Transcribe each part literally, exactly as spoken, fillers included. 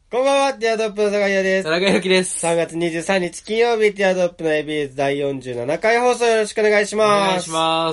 こんばんは、ティアドロップの坂井です。 田中裕樹です。 さんがつにじゅうさんにち金曜日、ティアドロップのエービーエスだいよんじゅうななかい放送よろしくお願いします。 お願いします。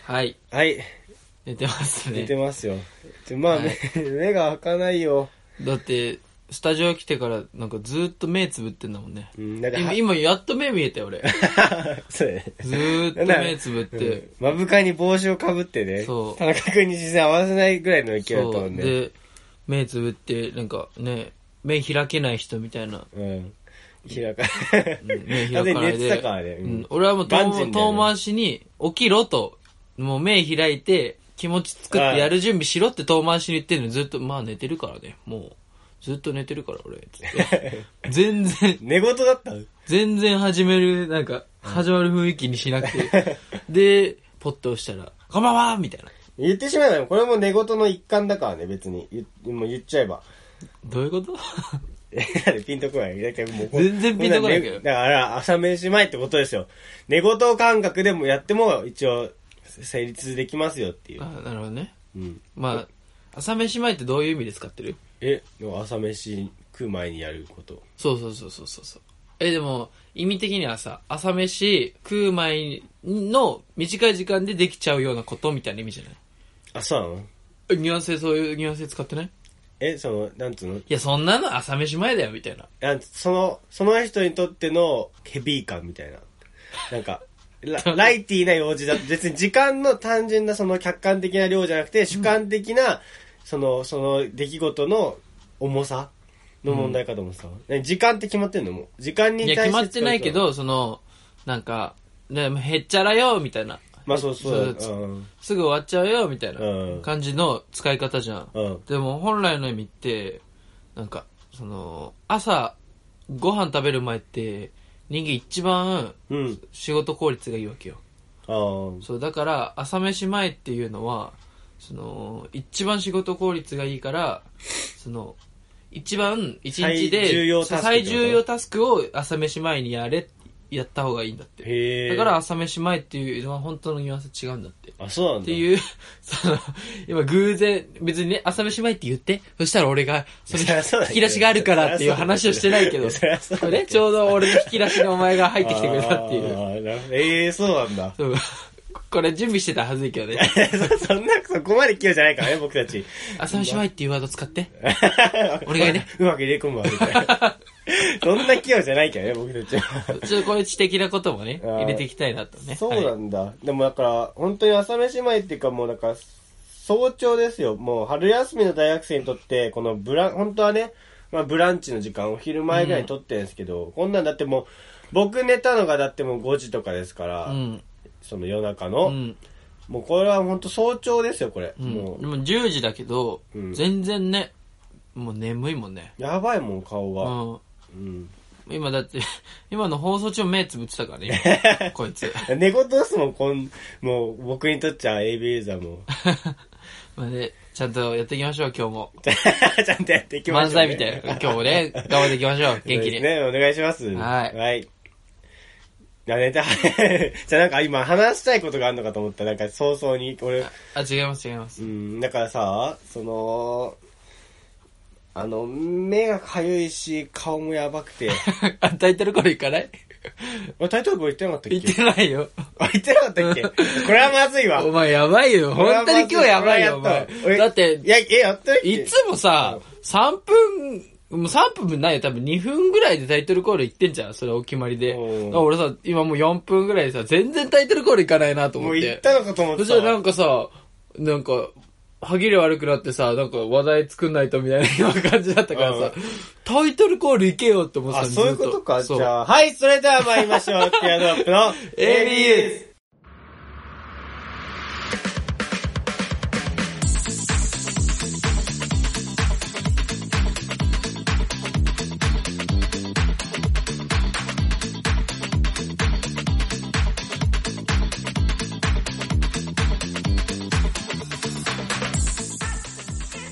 はい。 はい。 寝てますね。 寝てますよ。まあ、はい、目, 目が開かないよ。 だって、スタジオ来てからなんかずーっと目つぶってんだもんね。 うん、だから今、今やっと目見えたよ、俺。 そうね。 ずーっと目つぶって。 目、うん、深に帽子をかぶってね。そう。田中君に視線合わせないぐらいの勢いだったもんね。 で、目つぶって、なんかね、目開けない人みたいな。 うん。開かない。 目開かないで。 寝てたからね。 うん。俺はもう遠、ね、遠回しに、起きろと、もう目開いて、気持ち作ってやる準備しろって遠回しに言ってるのにずっと、まあ寝てるからね。もう、ずっと寝てるから俺。つって全然。 寝言だった全然始める、なんか、始まる雰囲気にしなくて。で、ポッと押したら、こんばんはみたいな。 言ってしまえばよ。これも寝言の一環だからね、別に。言もう言っちゃえば。 どういうことピンとこない。だけどもう全然ピンとこないけど。 だから朝飯前ってことですよ。寝言感覚でもやっても一応成立できますよっていう。 あ、なるほどね。 うん。 まあ、朝飯前ってどういう意味で使ってる？ え、朝飯食う前にやること。 そうそうそうそうそう。え、でも、意味的にはさ、朝飯食う前の短い時間でできちゃうようなことみたいな意味じゃない？ あ、そうなの？ ニュアンス、そういうニュアンス使ってない？ え、その、なんつうの？いや、そんなの朝飯前だよ、みたいな。 あ、その、その人にとってのヘビー感みたいな。なんか、ラ, ライティーな用事だ。別に時間の単純なその客観的な量じゃなくて、主観的な、うん、その、その出来事の重さの問題かと思ってた、うん、時間って決まってんの？もう時間に対して。 いや、決まってないけど、その、なんか、ね、へっちゃらよ、みたいな。 まあそうそう、 そう、うん、すぐ終わっちゃうよみたいな感じの使い方じゃん、うん、でも本来の意味ってなんかその朝ご飯食べる前って人間一番仕事効率がいいわけよ、うん、そうだから朝飯前っていうのはその一番仕事効率がいいからその一番一日で最重要タスクを朝飯前にやれってやった方がいいんだって。へー。だから朝飯前っていうのは本当のニュアンス違うんだって。 あ、そうなんだ。 っていう、その、今偶然、別にね、朝飯前って言って、そしたら俺が、その、引き出しがあるからっていう話をしてないけど、それちょうど俺の引き出しにお前が入ってきてくれたっていう。 ああ、ええー、そうなんだ。 そう。これ準備してたはずいけどね。 そんな、そこまで器用じゃないからね、僕たち。 朝飯前っていうワード使って。お願いね。 うまく入れ込むわ、みたいな。そんな器用じゃないけどね、僕たちは。 ちょっとこういう知的なこともね、入れていきたいなとね。 そうなんだ。はい、でもだから、本当に朝飯前っていうかもうだから、早朝ですよ。もう春休みの大学生にとって、このブラン、本当はね、まあブランチの時間を昼前ぐらいにとってるんですけど、うん、こんなんだってもう、僕寝たのがだってもうごじとかですから、うん、その夜中の、うん、もうこれは本当早朝ですよ、これ。 うん、 もうでもじゅうじだけど、うん、全然ね、もう眠いもんね。 やばいもん、顔が。 うんうん、今だって、今の放送中目つぶってたからね、こいつ。 寝言ですもん、こん、もう僕にとっちゃ エービーエー ザも。 まあね、ちゃんとやっていきましょう、今日も。 ちゃんとやっていきましょう、 ね。漫才みたいな。今日もね、頑張っていきましょう、元気に。 ね、お願いします。 はい。 はい。いや、ネタ、じゃあなんか今話したいことがあるのかと思ったら、なんか早々に、俺。 あ、違います違います。 うん、だからさ、その、あの、目がかゆいし、顔もやばくて。 あ、タイトルコール行かない？ あ、タイトルコール言ってなかったっけ？ 言ってないよ。 あ、言ってなかったっけ？これはまずいわ。 お前やばいよ。本当に今日やばいよ、お前。だって、 いや、え、やったっけ？ いつもさ、さんぷん、もうさんぷんもないよ。多分にふんぐらいでタイトルコール言ってんじゃん。それお決まりで。俺さ、今もうよんぷんぐらいでさ、全然タイトルコール行かないなと思って。 もう言ったのかと思ってた。そしたらなんかさ、なんか、歯切れ悪くなってさ、なんか話題作んないとみたいな感じだったからさ、タイトルコールいけよって思ってたんですよ。あ、そういうことか。じゃあ、はい、それでは参りましょう。ティアドロップの エービーエス。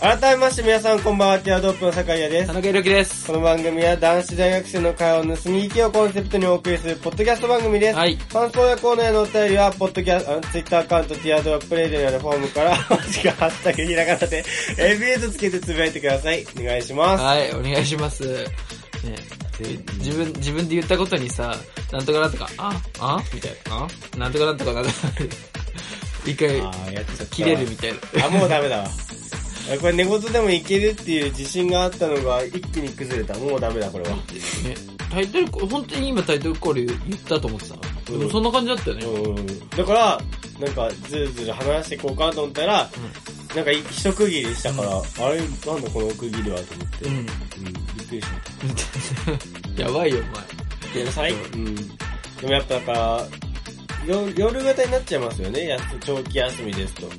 改めまして皆さんこんばんは、ティアドロップの坂井谷です。 田中裕樹です。 この番組は男子大学生の会話を盗み聞きをコンセプトにお送りするポッドキャスト番組です。 はい。 感想やコーナーへのお便りは、ポッドキャスト、ツイッターアカウント、ティアドロップレイディにあるフォームから、マジか、ハッシュタグひらがなで、エービーエス つけてつぶやいてください。お願いします。 はい、お願いします。ね、自分、自分で言ったことにさ、なんとかなんとか、ああみたいな。あなんとかなんとかなんとか。一回、切れるみたいな。 あ、もうダメだわ。これ寝言でもいけるっていう自信があったのが一気に崩れた。もうダメだ、これは。ね、 タイトルコール、本当に今タイトルコール言ったと思ってた。うん、でもそんな感じだったよね。 うん。だから、なんか、ずるずる話していこうかと思ったら、うん、なんか一区切りしたから、うん、あれ、なんだこの区切りはと思って。うん。うん、びっくりしました。やばいよ、お前。 やばい、うん。でもやっぱだから、夜型になっちゃいますよね。や長期休みですと。 うん、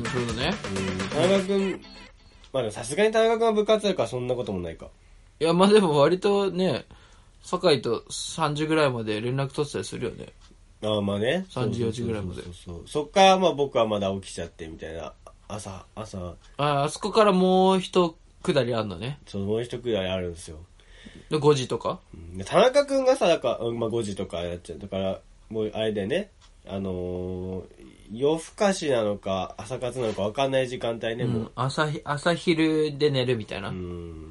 そうだね。 うん。田中くん、まあさすがに田中くんは部活だからそんなこともないか。 いや、まあでも割とね、酒井とさんじぐらいまで連絡取ってたりするよね。 ああ、まあね。 さんじ、よじぐらいまで。 そうそうそう。そっからまあ僕はまだ起きちゃってみたいな。朝、朝。 ああ、あそこからもう一下りあんのね。 そう、もう一下りあるんですよ。 で、ごじとか、 うん、田中くんがさ、だから、まあごじとかやっちゃう。だから、もうあれだよね。あのー、夜更かしなのか朝活なのか分かんない時間帯ね、もう、うん、 朝朝昼で寝るみたいな。 うん。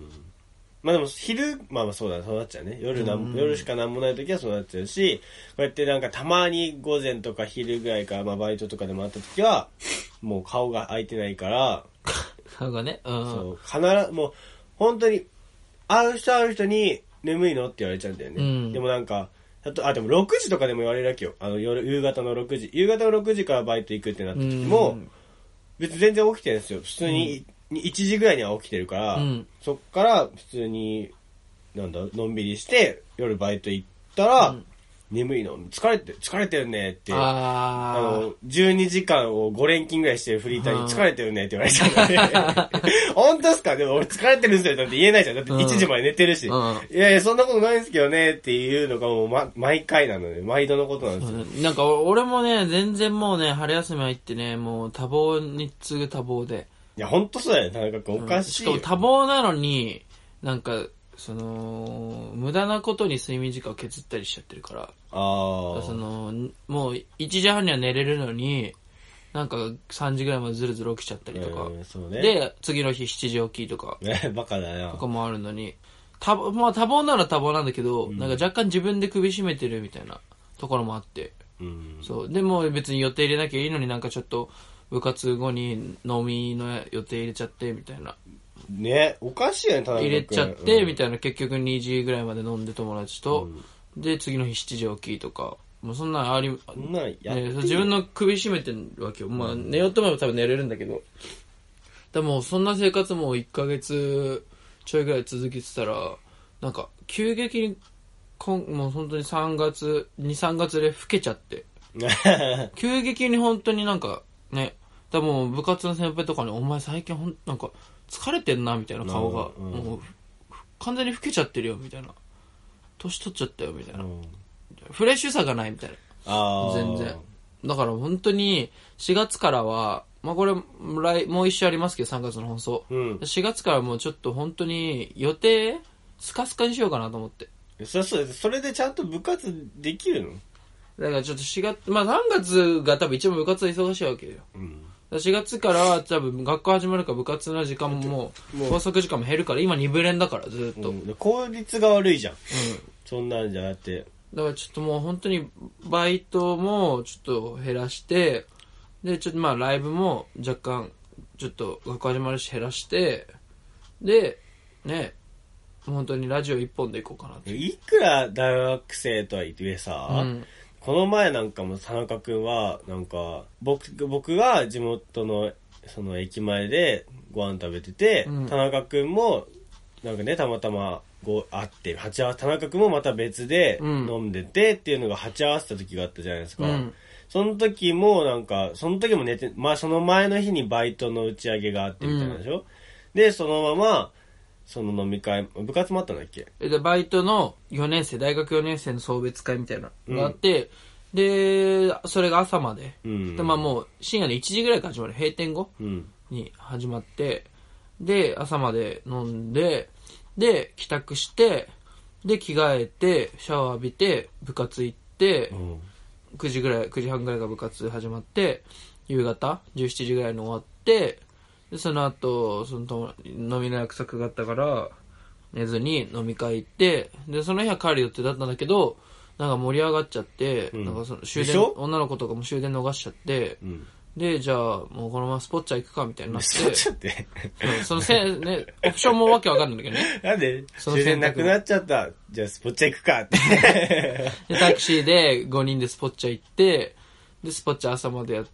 まあでも昼、まあまあそうだ、そうなっちゃうね。夜な、うん、夜しかなんもない時はそうなっちゃうし、こうやってなんかたまに午前とか昼ぐらいから、まあバイトとかでもあった時は、もう顔が開いてないから、 顔がね、うん。 そう、必ず、もう、本当に、会う人会う人に眠いのって言われちゃうんだよね。うん、でもなんか、あ、でもろくじとかでも言われるわけよ。あの夜、夕方のろくじ。夕方のろくじからバイト行くってなった時も、別に全然起きてるんですよ。普通にいちじぐらいには起きてるから、うん、そっから普通に、なんだ、のんびりして、夜バイト行ったら、うん、眠いの疲れて、疲れてるねって、あ, あの、じゅうにじかんをご連勤ぐらいしてるフリーターに疲れてるねって言われちゃったね。本当っすか？でも俺疲れてるんすよだって言えないじゃん。だっていちじまで寝てるし。うん、いやいや、そんなことないんすけどねっていうのがもう、ま、毎回なので、毎度のことなんですよ。 なんか俺もね、全然もうね、春休み入ってね、もう多忙に次ぐ多忙で。 いや、ほんとそうだよね、田中君。おかしいよ、 うん。しかも多忙なのに、なんか、その、無駄なことに睡眠時間を削ったりしちゃってるから。ああ。その、もういちじはんには寝れるのに、なんかさんじぐらいまでずるずる起きちゃったりとか。 えー、そうね。 で、次の日しちじ起きとか。 ね、バカだよ。 とかもあるのに。たまあ多忙なら多忙なんだけど、うん、なんか若干自分で首絞めてるみたいなところもあって。うん、そう。でも別に予定入れなきゃいいのになんかちょっと部活後に飲みの予定入れちゃってみたいな。 ね、おかしいよね、 田中君。入れちゃって、うん、みたいな、結局にじぐらいまで飲んで友達と、うん、で、次の日しちじ起きとか、もうそんなあり、 そんなやね、自分の首絞めてるわけよ。まあ、寝ようと思えば多分寝れるんだけど、でもそんな生活もいっかげつちょいぐらい続けてたら、なんか、急激に、こんもう本当にさんがつ、に、さんがつで老けちゃって、急激に本当になんか、ね、多分部活の先輩とかに、お前最近ほん、なんか、疲れてんなみたいな顔が、うん、もう完全に老けちゃってるよみたいな、年取っちゃったよみたいな、うん、フレッシュさがないみたいな、あ全然だから本当にしがつからは、まあこれ来もう一週ありますけどさんがつの放送、うん、しがつからもうちょっと本当に予定スカスカにしようかなと思って。 そそそれでちゃんと部活できるの？ だからちょっとしがつ、まあさんがつが多分一番部活は忙しいわけよ、うんしがつからは多分学校始まるから部活の時間も拘束時間も減るから今にぶ連だからずっと、うん、 効率が悪いじゃん、うん、そんなんじゃなくてだからちょっともう本当にバイトもちょっと減らしてでちょっとまあライブも若干ちょっと学校始まるし減らしてでね本当にラジオ一本でいこうかなって。 いくら大学生とは言ってさ、うんこの前なんかも田中くんはなんか僕僕が地元のその駅前でご飯食べてて、うん、田中くんもなんかねたまたまご会って鉢合わせ田中くんもまた別で飲んでてっていうのが鉢合わせた時があったじゃないですか、うん、その時もなんかその時も寝てまあその前の日にバイトの打ち上げがあってみたいなでしょ、うん、でそのままその飲み会部活もあったんだっけ。 でバイトのよねん生大学よねん生の送別会みたいなのがあって、うん、でそれが朝まで、うん、でまあもう深夜のいちじぐらいから始まる閉店後に始まって、うで、朝まで飲んで、で、帰宅して、で、着替えて、シャワー浴びて、部活行って、うん、くじぐらい、くじはんぐらいが部活始まって、夕方、じゅうしちじぐらいに終わって、で、その後、その、飲みの約束があったから、寝ずに飲み会行って、で、その日は帰る予定だったんだけど、なんか盛り上がっちゃって、うん、なんかその終電、女の子とかも終電逃しちゃって、うん、で、じゃあ、もうこのままスポッチャ行くかみたいになって。スポッチャって、うん、そのせ、ね、オプションもわけわかんないんだけどね。 なんで終電なくなっちゃった。じゃあスポッチャ行くかって。 で、タクシーでごにんでスポッチャ行って、で、スポッチャ朝までやって、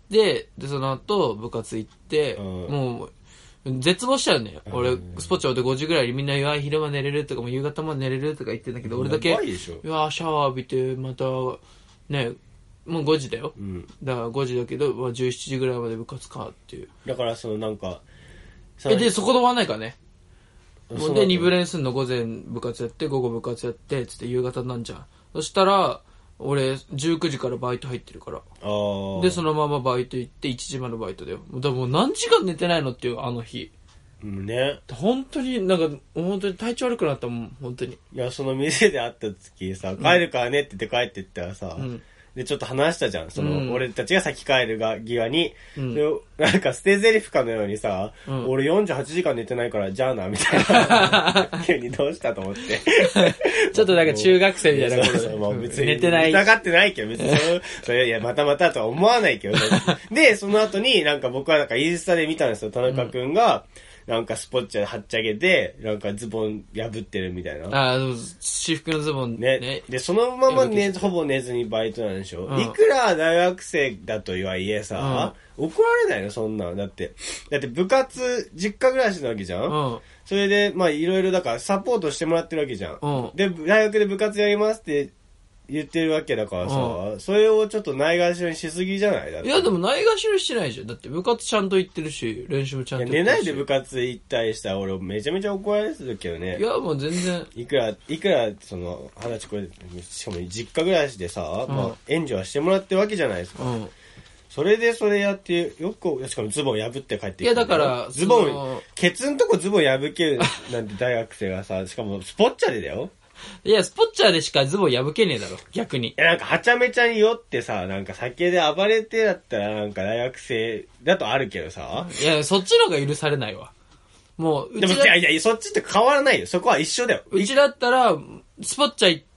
で、その後部活行って、うん、もう、絶望しちゃうね。俺、スポッチャ終わってごじぐらいにみんな、いや、昼間寝れるとか、もう夕方まで寝れるとか言ってんだけど、俺だけ、いや、シャワー浴びて、また、ね、もうごじだよ。うん、だからごじだけど、まあ、じゅうしちじぐらいまで部活かっていう。 だから、そのなんか、 え、で、そこで終わんないからね。もうで、に部練すんの、午前部活やって、午後部活やって、つって夕方なんじゃん。そしたら、俺、じゅうくじからバイト入ってるから。で、そのままバイト行っていちじまでバイトだよ。だからもう何時間寝てないのっていう、あの日。 ね。 本当に、なんか、本当に体調悪くなったもん、本当に。 いや、その店で会った時さ、帰るからねって言って帰ってったらさ、うん、で、ちょっと話したじゃん。その、うん、俺たちが先帰るが際に、うん、で、なんか捨て台詞かのようにさ、うん、俺よんじゅうはちじかん寝てないから、じゃあな、みたいな。急にどうしたと思って。 ちょっとなんか中学生みたいなことで。 もう別に寝てない。疑ってないけど、別にそれ、それいや、またまたとは思わないけど。で、その後になんか僕はなんかインスタで見たんですよ、田中くんが。うんなんかスポッチャではっちゃけて、なんかズボン破ってるみたいな。 ああ、私服のズボンね。 ね。で、そのままね、ほぼ寝ずにバイトなんでしょ、うん、いくら大学生だとはいえさ、うん、怒られないのそんなの。だって、だって部活、実家暮らしなわけじゃん、うん、それで、まあいろいろだからサポートしてもらってるわけじゃん。うん、で、大学で部活やりますって言ってるわけだからさ、うん、それをちょっとないがしろにしすぎじゃないだって。 いやでもないがしろにしてないじゃん。だって部活ちゃんと行ってるし、練習もちゃんとやってるし。 寝ないで部活行ったりしたら俺めちゃめちゃ怒られてるけどね。 いやもう全然。 いくら、いくら、その、二十歳これ、しかも実家暮らしでさ、うん、まあ援助はしてもらってるわけじゃないですか。うん、それでそれやって、よく、しかもズボン破って帰ってきて。 いやだから、 ズボン、ケツんとこズボン破けるなんて大学生がさ、しかもスポッチャでだよ。 いや、スポッチャーでしかズボン破けねえだろ、逆に。いや、なんか、はちゃめちゃに酔ってさ、なんか酒で暴れてだったら、なんか大学生だとあるけどさ。 いや、そっちの方が許されないわ。もう、 うちでも、いやいや、そっちって変わらないよ。そこは一緒だよ。 うちだったら、スポッチャー行って、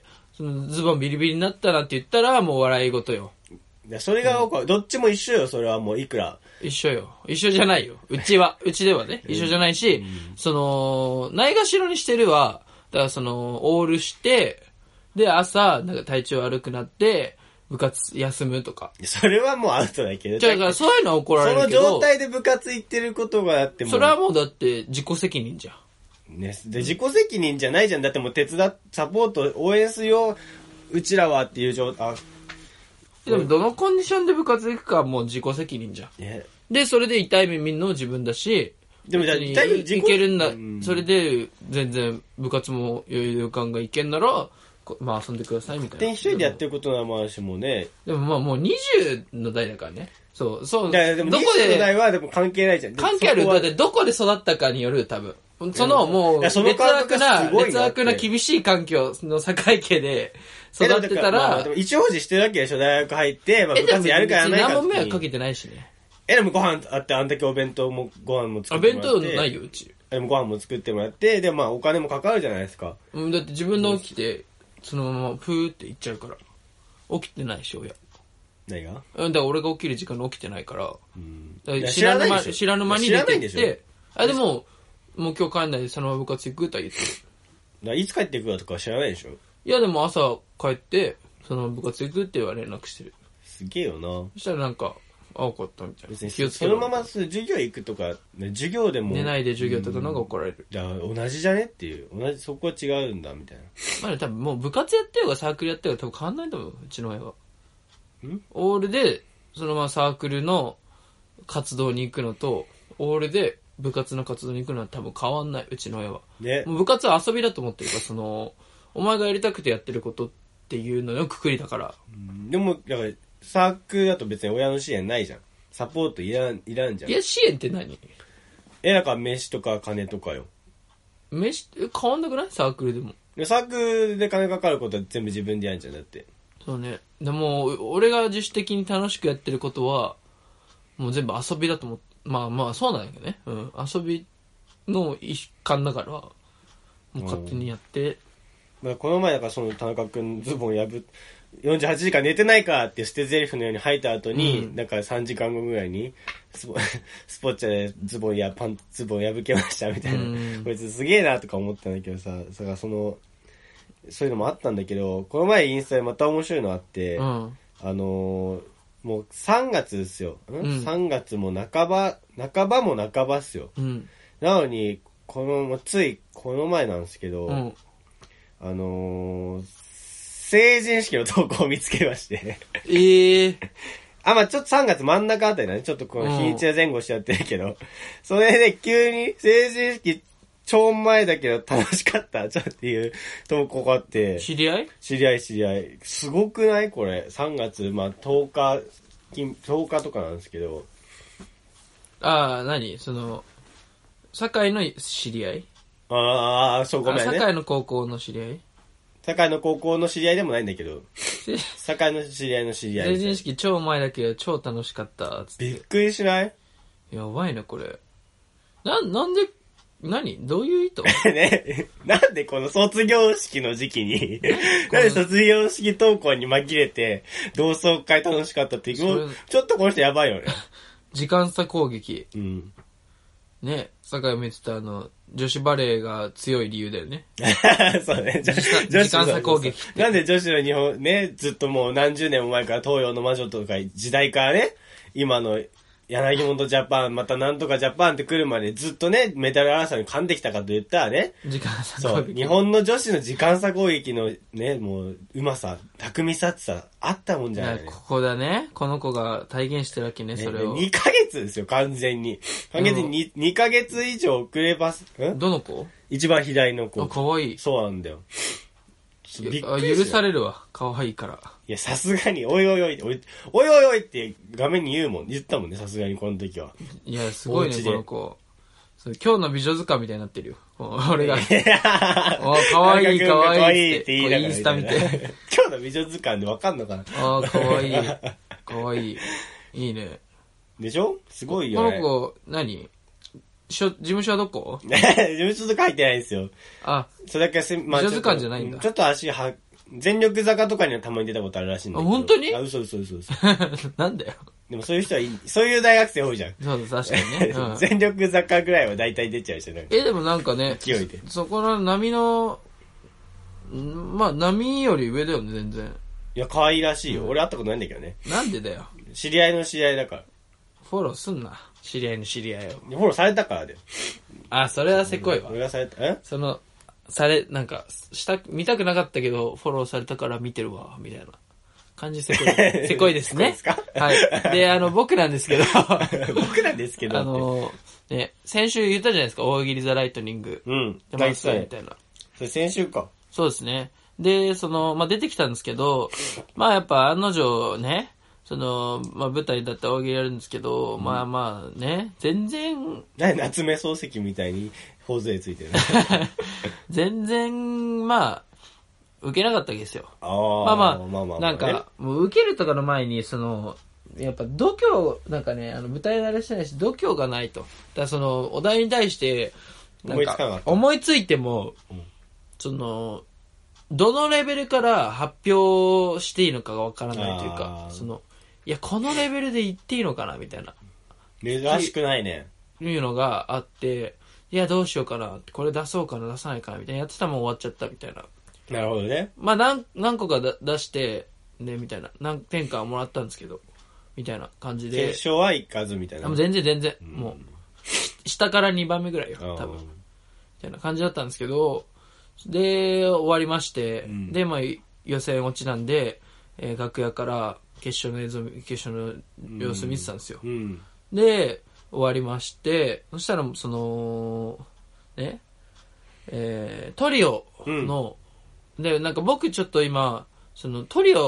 そのズボンビリビリになったなって言ったら、もう笑い事よ。 いや、それが、うん、どっちも一緒よ、それはもういくら。 一緒よ。一緒じゃないよ。うちは、うちではね、一緒じゃないし、うん、その、ないがしろにしてるは、だからその、オールして、で、朝、なんか体調悪くなって、部活休むとか。 それはもうアウトだけど。 じゃあ、だからそういうのは怒られるけど。 その状態で部活行ってることがあっても。 それはもうだって自己責任じゃん。ね。で、自己責任じゃないじゃん。だってもう手伝っ、サポート、応援するよ、うちらはっていう状態。 でも、どのコンディションで部活行くかはもう自己責任じゃん。ね、で、それで痛い目見るのも自分だし、でもじゃあ、いけるんだ、うん。それで、全然、部活も余裕感がいけんなら、まあ遊んでくださいみたいな。 勝手に一人でやってることはまあしもね。 でもまあもうにじゅうの代だからね。そう、そう。 いやでもどこで。にじゅうの代はでも関係ないじゃん。 関係ある。だってどこで育ったかによる、多分。そのもう、劣悪な、劣悪な厳しい環境の境家で育ってたら。まあ、 でも一応時してるわけでしょ、大学入って、まあ部活やるかやらないか。 何も迷惑かけてないしね。 え、でもご飯あって、あんだけお弁当もご飯も作ってもらって。 あ、弁当ないよ、うち。 でもご飯も作ってもらって、で、まあお金もかかるじゃないですか。 うん、だって自分の起きて、そのままプーって行っちゃうから。起きてないし、親。 何が？ うん、だから俺が起きる時間に起きてないから。うん。だから知らぬ間、知らぬ間に出てって、あ、でも、もう今日帰んないでそのまま部活行くとは言ってる。 だいつ帰ってくるとか知らないでしょ？ いやでも朝帰って、そのまま部活行くって言われ連絡してる。 すげえよな。 そしたらなんか、あ、分かったみたいな。 別に気をつけろ。そのまま授業行くとか、ね、授業でも。 寝ないで授業とかなんか怒られる。 じゃあ同じじゃねっていう。同じ、そこは違うんだみたいな。 まあ多分もう部活やってようがサークルやってようが多分変わんないと思う。うちの親は。んオールで、そのままサークルの活動に行くのと、オールで部活の活動に行くのは多分変わんない。うちの親は。ね。もう部活は遊びだと思ってるから、その、お前がやりたくてやってることっていうののくくりだから。 うん、でも、だから、サークルだと別に親の支援ないじゃん。サポートいらん、いらんじゃん。 いや、支援って何？ え、だから飯とか金とかよ。 飯、変わんなくない？サークルでも。 サークルで金かかることは全部自分でやるんじゃん、だって。 そうね。でも、俺が自主的に楽しくやってることは、もう全部遊びだと思って、まあまあそうなんだけどね。うん。遊びの一環だから、もう勝手にやって。 まあ、この前だからその田中くんズボン破っ、よんじゅうはちじかん寝てないかって捨て台詞のように吐いた後に、うん、だからさんじかんごぐらいにスポ、スポッチャでズボンやパンツズボン破けましたみたいな。うん、こいつすげえなとか思ったんだけどさ、それがその、そういうのもあったんだけど、この前インスタでまた面白いのあって、うん、あのー、もうさんがつですよ。うん、さんがつも半ば、半ばも半ばっすよ。うん、なのに、この、ついこの前なんですけど、うん、あのー、成人式の投稿を見つけまして。 えー。 あ、まあちょっとさんがつ真ん中あたりだね。ちょっとこの日にちは前後しちゃってるけど、うん、それで急に成人式超前だけど楽しかったちょっていう投稿があって。 知り合い？ 知り合い知り合い。すごくないこれ。さんがつ、まあとおか、とおかとかなんですけど。 ああ、何その、堺の知り合い？ ああ、そう、ごめんね。 堺の高校の知り合い？ 堺の高校の知り合いでもないんだけど、堺の知り合いの知り合い。 成人式超前だけど超楽しかったつって。 びっくりしない？ やばいな、これ。な、なんで、何どういう意図？ ね、なんでこの卒業式の時期に、なんで卒業式投稿に紛れて、同窓会楽しかったって、もうちょっとこの人やばいよね。 時間差攻撃。 うん。 ね、坂井も言ってたあの、女子バレーが強い理由だよね。 そうね。 女子、女子時間差攻撃って。 なんで女子の日本、ね、ずっともう何十年も前から東洋の魔女とか時代からね、今の柳本ジャパン、またなんとかジャパンって来るまでずっとね、メダル争いに噛んできたかと言ったらね、 時間差攻撃。 そう、日本の女子の時間差攻撃のね、もう、うまさ、巧みさってさ、あったもんじゃない、ね、 ここだね。この子が体現してるわけね、それを。 にかげつですよ、完全に。完全に 2, 2ヶ月以上遅ればす、 んどの子？ 一番左の子。 あ、かわいい。 そうなんだよ。 びっくり許されるわ。かわいいから。 いや、さすがに、おいおいおい、おいおいおいおいって画面に言うもん。言ったもんね、さすがにこの時は。 いや、すごいね、この子。今日の美女図鑑みたいになってるよ。俺が。おかわいいかわいいって言いながら。インスタ見て。 今日の美女図鑑でわかんのかな？ ああ、かわいい。かわいい。いいね。 でしょ？すごいよね。 この子、何？事務所はどこ？ 事務所とか書いてないんですよ。 あ、 それだけせ、 まあ、美女図鑑じゃないんだ。 ちょっと足は、全力坂とかにはたまに出たことあるらしいんだけど。 あ、本当に？ あ、嘘嘘嘘嘘。 なんだよ。 でもそういう人はいい、そういう大学生多いじゃん。 そう確かにね。 うん、全力坂ぐらいは大体出ちゃう人ね。 え、でもなんかね、 勢いで。 そこの波の、まあ波より上だよね、全然。 いや、可愛いらしいよ。うん、俺会ったことないんだけどね。 なんでだよ。 知り合いの知り合いだから。 フォローすんな。知り合いの知り合いを。 フォローされたからだよ。 あ、それはせこいわ。 俺がされた、えその、され、なんか、した、見たくなかったけど、フォローされたから見てるわ、みたいな感じせこい。せこいですね。 ですか？ はい。で、あの、僕なんですけど。 僕なんですけど。 あの、ね、先週言ったじゃないですか、大喜利ザライトニング。 うん。 出ますみたいな。 それ先週か。 そうですね。で、その、まあ、出てきたんですけど、まあ、やっぱ案の定ね、その、まあ、舞台だったら大喜利やるんですけど、うん、まあまあね、全然。 何夏目漱石みたいに頬杖ついてる全然、まあ、受けなかったわけですよ。 あまあまあ、まあまあまあ、なんか、もう受けるとかの前に、その、やっぱ度胸、なんかね、あの舞台慣れしてないし、度胸がないと。だからその、お題に対して、なんか、思いついても、うん、その、どのレベルから発表していいのかがわからないというか、その、いや、このレベルで言っていいのかなみたいな。 珍しくないね。 いうのがあって、いや、どうしようかな。これ出そうかな、出さないかな、みたいな。やってたらもう終わっちゃった、みたいな。 なるほどね。 まあ、何、何個かだ出して、ね、みたいな。何点かもらったんですけど、みたいな感じで。 決勝は行かず、みたいな。 もう全然全然、うん、もう、下からにばんめぐらいよ、多分。みたいな感じだったんですけど、で、終わりまして、うん、で、まあ、予選落ちなんで、えー、楽屋から決勝の映像、決勝の様子見てたんですよ。 うんうん、 で、終わりまして、そしたら、その、ね、えー、トリオの、うん、で、なんか僕ちょっと今、そのトリオ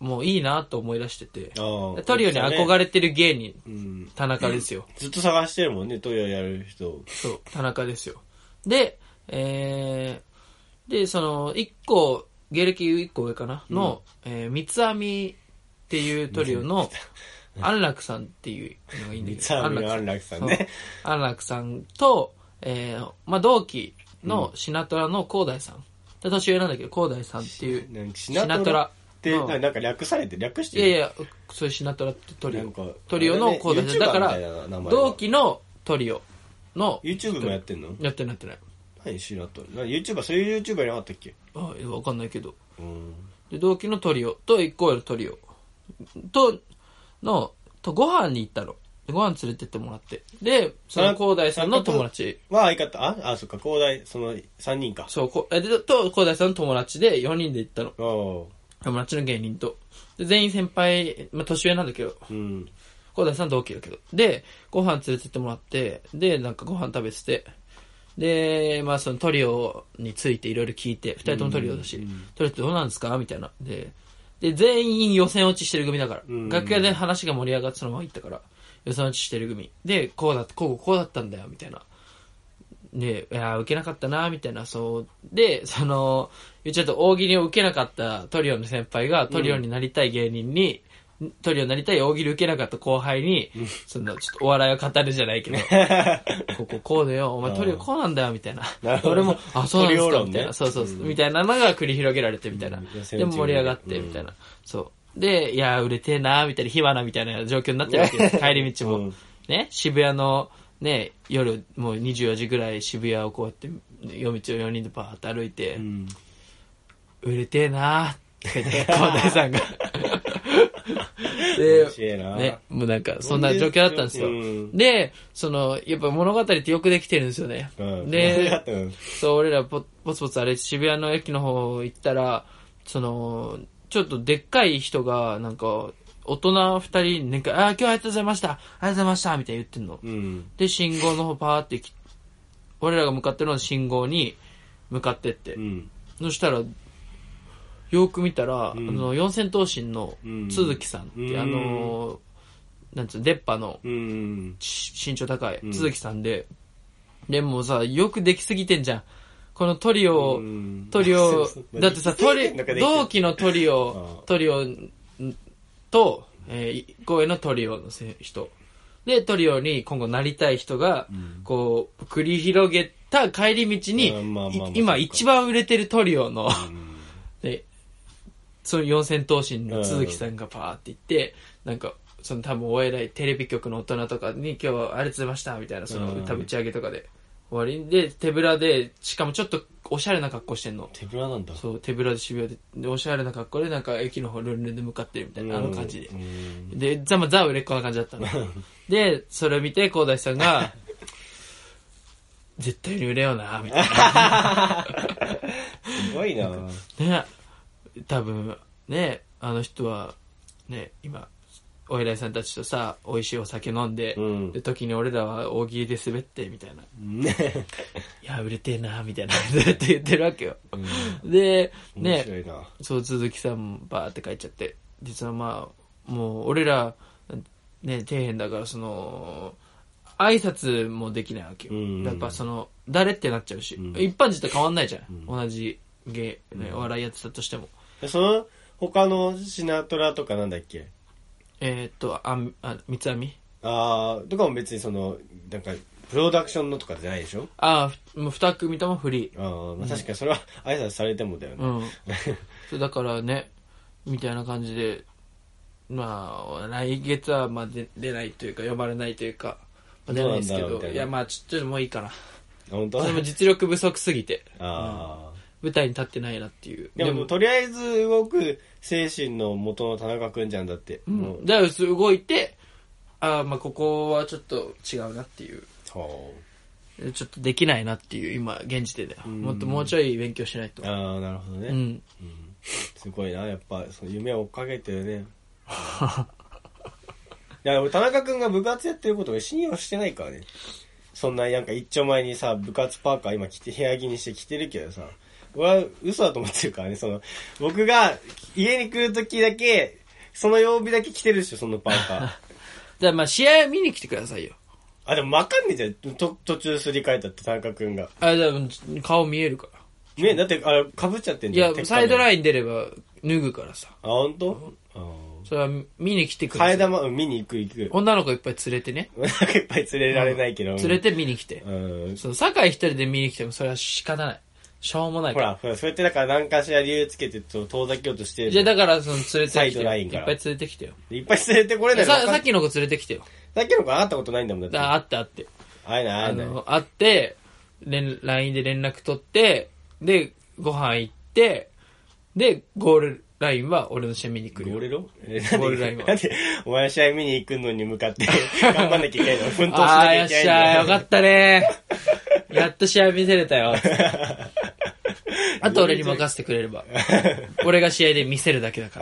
もういいなと思い出してて、トリオに憧れてる芸人、うん、田中ですよ。 ずっと探してるもんね、トリオやる人。 そう、田中ですよ。で、えー、で、その、一個、芸歴一個上かな、うん、の、えー、三つ編みっていうトリオの、安楽さんっていうのがいいんだけど、 三つ編みの安楽さんね。 安楽さんと、えー、まあ、同期のシナトラの広大さん。で年上なんだけど、広大さんっていう、シナトラ。 で、なんか略されて、略してる。 いやいや、そういうシナトラってトリオ。トリオの広大さん。だから、同期のトリオの。 YouTube もやってんの？ やってないやってない。 何シナトラ？YouTuber、そういう YouTuber いなかったっけ？ ああ、わかんないけど。うん、で、同期のトリオと一個上のトリオと、の、とご飯に行ったの。ご飯連れてってもらって。で、その広大さんの友達。 は相方、ああ、そっか、広大、そのさんにんか。 そう、こえでと、広大さんの友達でよにんで行ったの。友達の芸人と。で、全員先輩、まあ、年上なんだけど。うん。広大さん同期だけど。で、ご飯連れてってもらって、で、なんかご飯食べてて。で、まあそのトリオについていろいろ聞いて、二人ともトリオだし、うんうん、トリオってどうなんですかみたいな。で、で、全員予選落ちしてる組だから。うん、楽屋で話が盛り上がってそのまま行ったから。予算落ちしてる組。で、こうだった、こう、こうだったんだよ、みたいな。で、いや、受けなかったな、みたいな、そう。で、その、言っちゃうと大喜利を受けなかったトリオの先輩がトリオになりたい芸人に、うん、トリオになりたい大喜利受けなかった後輩に、うん、その、ちょっとお笑いを語るじゃないけど、こここうだよ、お前トリオこうなんだよ、みたいな。俺も、あ、そうなんですか、みたいな。そうそうそう、うん、みたいなのが繰り広げられて、みたいな。うん、でも盛り上がって、みたいな。そう。で、いや、売れてえな、みたいな、火花みたいな状況になってるわけです。帰り道も。うん、ね、渋谷の、ね、夜、もうにじゅうよじぐらい渋谷をこうやって、夜道をよにんでバーッと歩いて、うん、売れてえなって言って、広大さんが。で、ね、もうなんか、そんな状況だったんですよ。うん、で、その、やっぱ物語ってよくできてるんですよね。うん、で、そう、俺らポツポツあれ、渋谷の駅の方行ったら、その、ちょっとでっかい人が、なんか、大人二人、なんか、ああ、今日ありがとうございました、ありがとうございました、みたいに言ってんの。うん、で、信号の方パーってき、俺らが向かってるの信号に向かってって。うん、そしたら、よく見たら、うん、あの、四千頭身の都築さんって、うん、あの、なんつうの、出っ歯の、うん、身長高い、都築さんで、でもさ、よくできすぎてんじゃん。このトリオ、トリオ、だってさ、トリ、同期のトリオ、トリオと、えー、一個上のトリオの人。で、トリオに今後なりたい人が、こう、繰り広げた帰り道に、今一番売れてるトリオの、で、その四千頭身の都築さんがパーって言って、なんか、その多分お偉いテレビ局の大人とかに今日はありがとうございました、みたいな、その歌打ち上げとかで。終わりで、手ぶらで、しかもちょっとおしゃれな格好してんの。 手ぶらなんだ。 そう、手ぶらで渋谷で、でおしゃれな格好でなんか駅の方ルンルンで向かってるみたいな、あの感じで。で、ザマザ売れっ子な感じだったの。で、それを見て、広大さんが、絶対に売れような、みたいな。 すごいなね、多分、ね、あの人は、ね、今、お偉いさんたちとさ、美味しいお酒飲んで、うん、で時に俺らは大喜利で滑って、みたいな。ね、いや、売れてえな、みたいな。ずっと言ってるわけよ。うん、で、ね、そう、鈴木さんもバーって帰っちゃって、実はまあ、もう俺ら、ね、底辺だから、その、挨拶もできないわけよ。うん、やっぱその、誰ってなっちゃうし、うん、一般人と変わんないじゃん。うん、同じ芸、ね、お笑いやってたとしても。 その、他のシナトラとかなんだっけ？ えー、っと、あ、あ、三つ編みあー、とかも別にその、なんか、プロダクションのとかじゃないでしょ？ あー、もう二組ともフリー。 あー、まあ、確かにそれは挨拶されてもだよね。うん。 そうだからね、みたいな感じで、まあ、来月はまあ出出ないというか、呼ばれないというか、まあ、出ないですけど、いやまあちょっともういいかな。 本当？ それも実力不足すぎて。ああ、うん。舞台に立ってないなっていう。 でも、でもとりあえず動く精神の元の田中くんじゃんだって。 うん。だから動いて、ああ、まあここはちょっと違うなっていう。はあ。ちょっとできないなっていう、今、現時点で。もっともうちょい勉強しないと。 ああ、なるほどね。うん。うん、すごいな、やっぱ、その夢を追っかけてるね。いや、田中くんが部活やってることを信用してないからね。 そんななんか一丁前にさ、部活パーカー今着て、部屋着にして着てるけどさ、俺は嘘だと思ってるからね、その、僕が家に来るときだけ、その曜日だけ着てるでしょ、そのパーカー。 じゃあまあ試合見に来てくださいよ。 あ、でもわかんねえじゃん。と途中すり替えたって田中くんが。 あ、じゃあ顔見えるから。 ね、だって、あれ、被っちゃってんじゃん。 いや、サイドライン出れば脱ぐからさ。 あ、ほんと？あそれは見に来てください。 替え玉、うん、見に行く行く。 女の子いっぱい連れてね。 女の子いっぱい連れられないけど。うん、 連れて見に来て。 うん。 その、酒井一人で見に来てもそれは仕方ない。しょうもないから。 ほら、ほら、そうやってだから何かしら理由つけて遠ざけようとしてる。 じゃあだからその連れてきて。 サイドラインから。 いっぱい連れてきてよ。 いっぱい連れてこれないさ、さっきの子連れてきてよ。 さっきの子会ったことないんだもんだって。 あ、会って会って。 会えない会えない。 あの、会って、連、ライン で連絡取って、で、ご飯行って、で、ゴールラインは俺の試合見に来る。 ゴールロゴールラインは。 なんで、お前試合見に行くのに向かって頑張んなきゃいけないの奮闘しなきゃいけないの。 ああ、よっしゃ、よかったね。やっと試合見せれたよ。あと俺に任せてくれれば。俺が試合で見せるだけだから。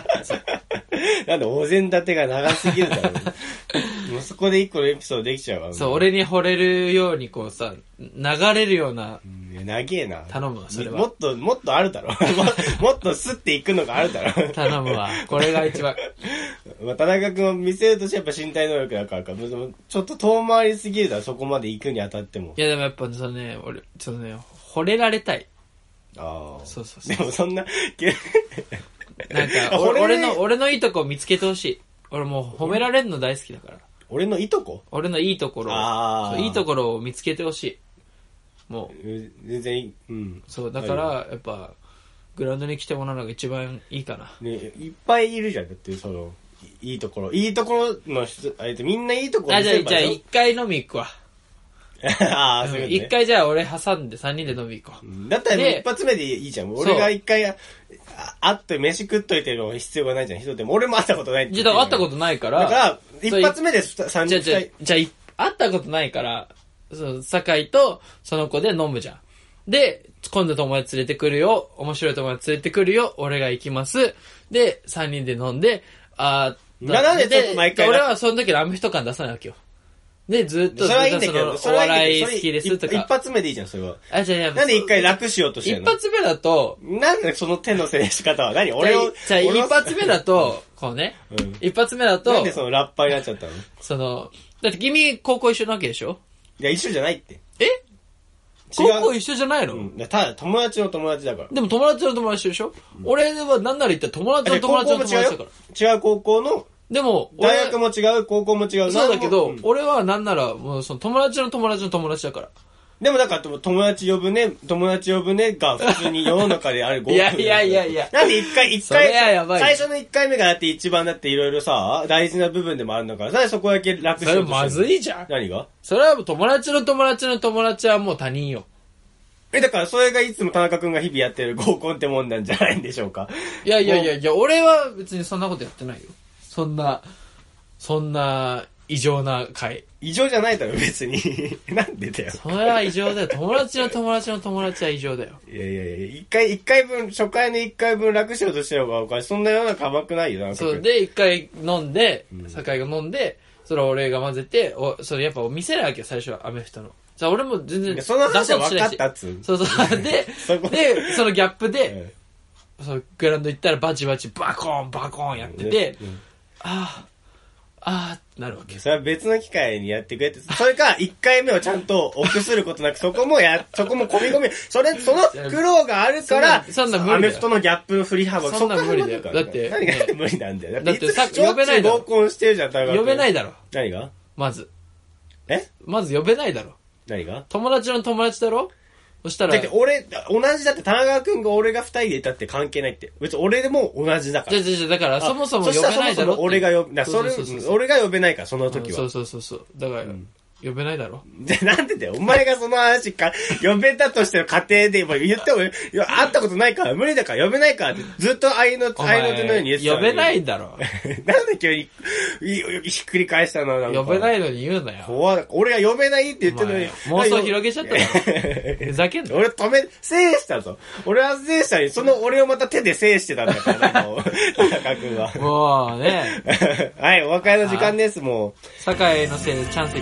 なんでお膳立てが長すぎるだろう。もうそこで一個のエピソードできちゃうわ。 そう、俺に惚れるようにこうさ、流れるような。 長えな。 頼むわ、それは。 もっと、もっとあるだろ。も, もっとスッていくのがあるだろ。 頼むわ。これが一番。 まあ、田中君を見せるとしてやっぱ身体能力だからか。ちょっと遠回りすぎるだろ、そこまで行くにあたっても。 いやでもやっぱそのね、俺、ちょっとね、惚れられたい。 ああ。 そうそうそう。 でもそんな、 なんか俺、俺の、俺のいいとこを見つけてほしい。俺もう褒められるの大好きだから。 俺のいとこ？ 俺のいいところを、いいところを見つけてほしい。もう。 全然いい。うん。 そう、だから、やっぱ、グラウンドに来てもらうのが一番いいかな。 ね、いっぱいいるじゃん。だって、その、いいところ。いいところの人、あれってみんないいところあ、じゃあ、じゃあ一回飲み行くわ。 ああ、そういうことね。 一回じゃあ俺挟んで三人で飲み行こう。だったら一発目でいいじゃん。俺が一回、あって飯食っといてるの必要がないじゃん。人でも俺も会ったことないって。 じゃあ会ったことないから。 だから、一発目で三人で。 じゃあ、じゃあ、会ったことないから、そう、酒井とその子で飲むじゃん。で、今度友達連れてくるよ。面白い友達連れてくるよ。俺が行きます。で、三人で飲んで、あー、なんでちょっと毎回。 俺はその時のアメフト感出さないわけよ。で、ずっと、 それはいいんだけど、 お笑い好きですとか。 一発目でいいじゃん、それは。 あ、じゃあ、 なんで一回楽しようとしてるの？ 一発目だと、 なんでその手の制し方は何俺を。 じゃあ、一発目だと、こうね、うん。一発目だと、 なんでそのラッパーになっちゃったの？ その、だって君、高校一緒なわけでしょ？ いや、一緒じゃないって。 え？高校一緒じゃないの？ うん。ただ、友達の友達だから。 でも友達の友達でしょ？うん、俺はなんなら言ったら友達の友達の友達だから。 違う高校の、 でも、 大学も違う、高校も違う。 そうだけど、うん、俺はなんなら、もうその友達の友達の友達だから。 でもだから友達呼ぶね、友達呼ぶねが普通に世の中であるいやいやいやいや。 なんで一回、一回、 やばい最初の一回目がだって一番だっていろいろさ、大事な部分でもあるんだから、なんでそこだけ楽しようとしてるの？ それまずいじゃん。 何が？ それは友達の友達の友達はもう他人よ。 え、だからそれがいつも田中くんが日々やってる合コンってもんなんじゃないんでしょうか？ いやいやいやいや、俺は別にそんなことやってないよ。そんな、そんな異常な会。 異常じゃないだろ、別に。なんでだよ。 それは異常だよ。友達の友達の友達は異常だよ。 いやいやいや、一回、一回分、初回の一回分楽しようとしてる方がおかしい。そんなような甘くないよな。 そう、で、一回飲んで、酒井が飲んで、それを俺が混ぜて、お、それやっぱ見せないわけよ、最初は、アメフトの。じゃあ俺も全然、 その話は分かったっつう。 そうそう。で、で、そのギャップで、そのグラウンド行ったらバチバチバコーンバコーンやってて、ああ、あーってなるわけ。 それは別の機会にやってくれて、それか、一回目をちゃんと臆することなく、そこもや、そこも込み込み、それ、その苦労があるから、 そんな無理だよ。 アメフトのギャップの振り幅、 そんな無理だよ。だって、 何が無理なんだよ。 だってさ、呼べないだろ。 合コンしてるじゃん、大学。 呼べないだろ。 何が？ まず。 え？ まず呼べないだろ。 何が？ 友達の友達だろ？そしたら。 だって俺、同じだって田中くんが俺が二人でいたって関係ないって。別に俺でも同じだから。 じゃじゃだからそもそも呼べないだろって。 俺が呼べ、それ、俺が呼べないから、その時は。 そうそうそうそう。だから、うん呼べないだろ。 じゃ、なんでだよ。お前がその話か、呼べたとしての過程で、言っても、会ったことないから、無理だから呼べないからって、ずっと愛の、愛の手のように言ってた。 呼べないんだろ。 なんで急に、ひっくり返したのなんか。 呼べないのに言うなよ。 俺が呼べないって言ってるのに。 妄想広げちゃったよ。ふざけんな。 俺止め、制したぞ。俺は制したのに、その俺をまた手で制してたんだから、もう、田中君は。 もうね。 はい、お別れの時間です、もう。 酒井のせいでチャンス一個潰れた。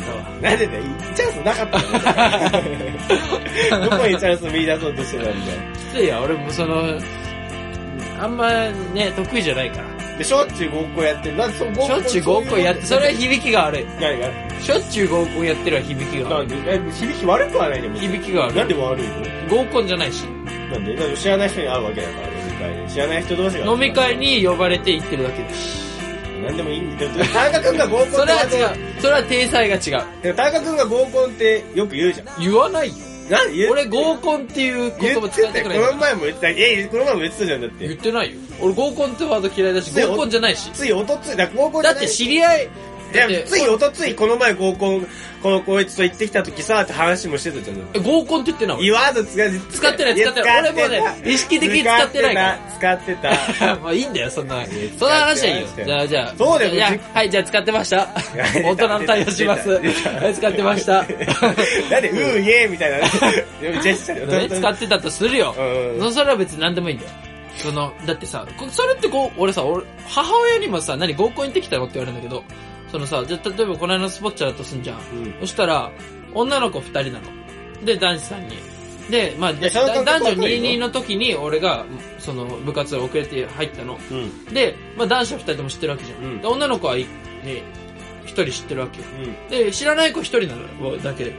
したわ。 なんでだよ、チャンスなかったのどこにチャンス見出そうとしてたんだよ。 きついよ、俺もその、あんまね、得意じゃないから。 で、しょっちゅう合コンやってる。なんでその合コンしょっちゅう合コンやって、それは響きが悪い。 何がしょっちゅう合コンやってるは響きが悪い。 なんでえ響き悪くはないじゃん。 響きが悪い。 なんで悪いの合コンじゃないし。 なんでだって知らない人に会うわけだから、飲み会で。知らない人同士が。 飲み会に呼ばれて行ってるだけだし。 なんでもいいんだよ。田中くんが合コンって。 それは違う。それは体裁が違う。 でも田中くんが合コンってよく言うじゃん。 言わないよ。 なんで俺合コンっていう言葉使ってくれこの前も言ってた。え、この前も言ってたじゃん、だって。 言ってないよ。俺合コンってワード嫌いだし、合コンじゃないし。 ついおとつい、だ合コンじゃない。 だって知り合い、 だってついおとついこの前合コン、このこいつと行ってきた時さ、って話もしてたじゃん。 え、合コンって言ってない言わず使って使ってない、使ってない。俺もね、意識的に使ってないから。 使ってた。 まあいいんだよ、そんな。そんな話はいいよ。じゃあ、じゃあ。 そうだよ、 じゃあ、はい、じゃあ使ってました。大人の対応します。はい、使ってました。 なんで、うーイエーみたいな。ジェスチャーで。使ってたとするよ。それは別に何でもいいんだよ。その、だってさ、それってこう、俺さ、俺、母親にもさ、何合コン行ってきたのって言われるんだけど、そのさ、じゃあ例えばこの間のスポッチャだとすんじゃん。うん、そしたら、女の子二人なの。で、男子さんにん。で、まあ、男女ににんの時に俺が、その部活遅れて入ったの。うん、で、まあ男子は二人とも知ってるわけじゃん。うん、で女の子はね、一人知ってるわけよ。うん、で、知らない子一人なのだけで。うん、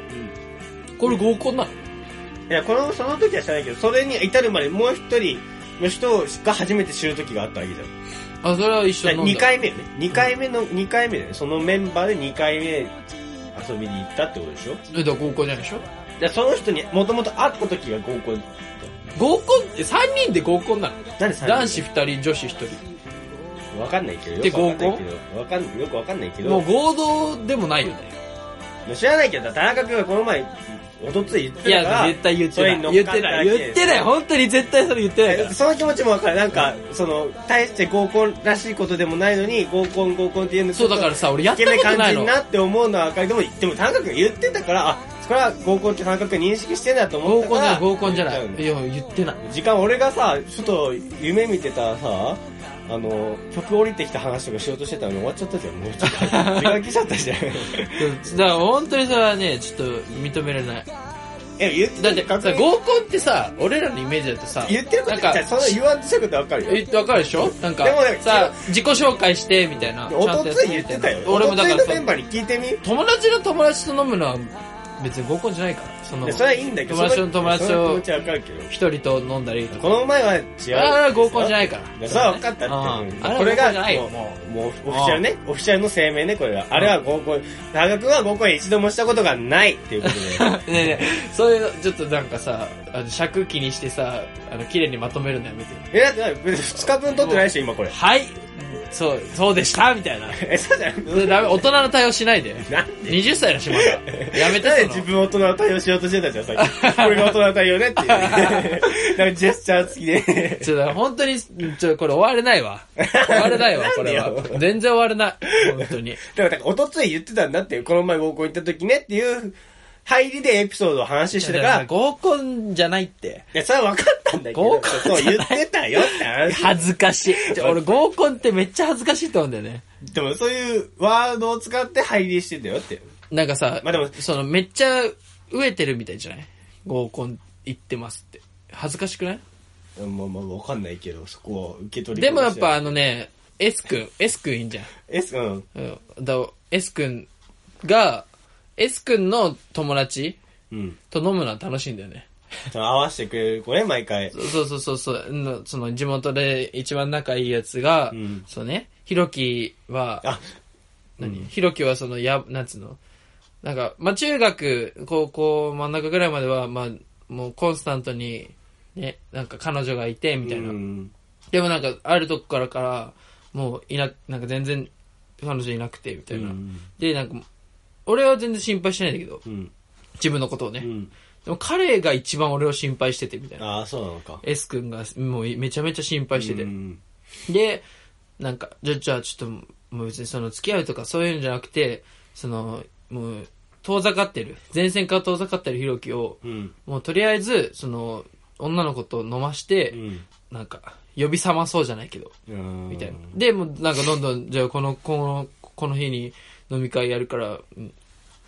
これ合コンなの？ いや、この、その時は知らないけど、それに至るまでもう一人の人が初めて知る時があったわけじゃん。 あ、それは一緒ににかいめよね。にかいめの、にかいめだよね。そのメンバーでにかいめ遊びに行ったってことでしょ？ え、だから合コンじゃないでしょ？ で、その人にもともと会った時が合コン。 合コンってさんにんで合コンなの？ 何さんにん？ 男子ふたり、女子ひとり。 わかんないけど。 で、合コン？ わかんない。よくわかんないけど。 もう合同でもないよね。 知らないけど、田中君がこの前、おとつい言ってたから。 いや、絶対言ってない。言ってない。言ってない。本当に絶対それ言ってないから。 その気持ちもわかる。なんか、その、大して合コンらしいことでもないのに、合コン合コンっていうのそうだからさ、俺やったことないの。イケメン感じになって思うのはわかる。でも、でも田中君言ってたから、あ、これは合コンって田中君認識してんだと思ったから。 合コンじゃない、合コンじゃない。いや、言ってない。 時間俺がさ、ちょっと夢見てたさ、あの、曲降りてきた話とかしようとしてたのに終わっちゃったじゃん、もうちょっと。時間来ちゃったじゃん。 だから本当にそれはね、ちょっと認められない。 え、言ってだってさ、合コンってさ、俺らのイメージだとさ、 言ってることなんか、その言わんとしたことわかるよ。 え、わかるでしょなんか、でもね、さ、自己紹介して、みたいな。 おとつい言ってたよ。俺もだからさ、メンバーに聞いてみ友達の友達と飲むのは別に合コンじゃないから。その、 それはいいんだけど、 友達の友達と一人と飲んだり。 この前は違う。 ああ、合コンじゃないから。 それは分かったって。これが、もう、もう、オフィシャルね。オフィシャルの声明ね、これは。あれは合コン。田中君は合コン一度もしたことがないっていうことで。 ねえねえ、そういうの、ちょっとなんかさ、あの、尺気にしてさ、あの、綺麗にまとめるのやめて。 え、だって別に二日分取ってないでしょ、今これ。 はい。そう、そうでしたみたいな。 え、そうじゃん。 ダメ、大人の対応しないで。なんで ?にじゅっさいだし、まだ。やめてなんで自分大人の対応しようとしてたじゃん、さっき。これが大人の対応ねっていう。なんかジェスチャー付きで。 ちょっと、本当に、ちょ、これ終われないわ。終われないわ、これは。全然終われない。本当に。 だから、おとつい言ってたんだって、この前合コン行った時ねっていう、入りでエピソードを話してたから。 合コンじゃないって。 いや、それは分かったんだけど。合コンそう言ってたよって話。 恥ずかしい。俺合コンってめっちゃ恥ずかしいと思うんだよね。 でもそういうワードを使って入りしてたよって。 なんかさ、まあでも、そのめっちゃ飢えてるみたいじゃない？合コン行ってますって。恥ずかしくない？ まあまあ分かんないけど、そこは受け取り。 でもやっぱあのね、S 君、S 君いいんじゃん。 S 君うん。だ S 君が、S 君の友達と飲むのは楽しいんだよね。 合わせてくれる子ね、毎回。 そうそうそうそう。その地元で一番仲いいやつが、うん、そうね、ひろきは、あ、何、ひろきはその、や、なんつうのなんか、まあ、中学、高校真ん中ぐらいまでは、まあ、もうコンスタントに、ね、なんか彼女がいて、みたいな。うん、でもなんか、あるとこからから、もういな、なんか全然彼女いなくて、みたいな。うん、で、なんか、俺は全然心配してないんだけど、うん、自分のことをね、うん、でも彼が一番俺を心配しててみたいな。 ああ、そうなのか。 S 君がもうめちゃめちゃ心配してて、うん、でなんかじゃじゃあちょっともう別にその付き合うとかそういうんじゃなくて、そのもう遠ざかってる前線から遠ざかってるひろきを、うん、もうとりあえずその女の子と飲まして、うん、なんか呼び覚まそうじゃないけどみたいな。でもうなんかどんどんじゃあこのこのこの日に飲み会やるから、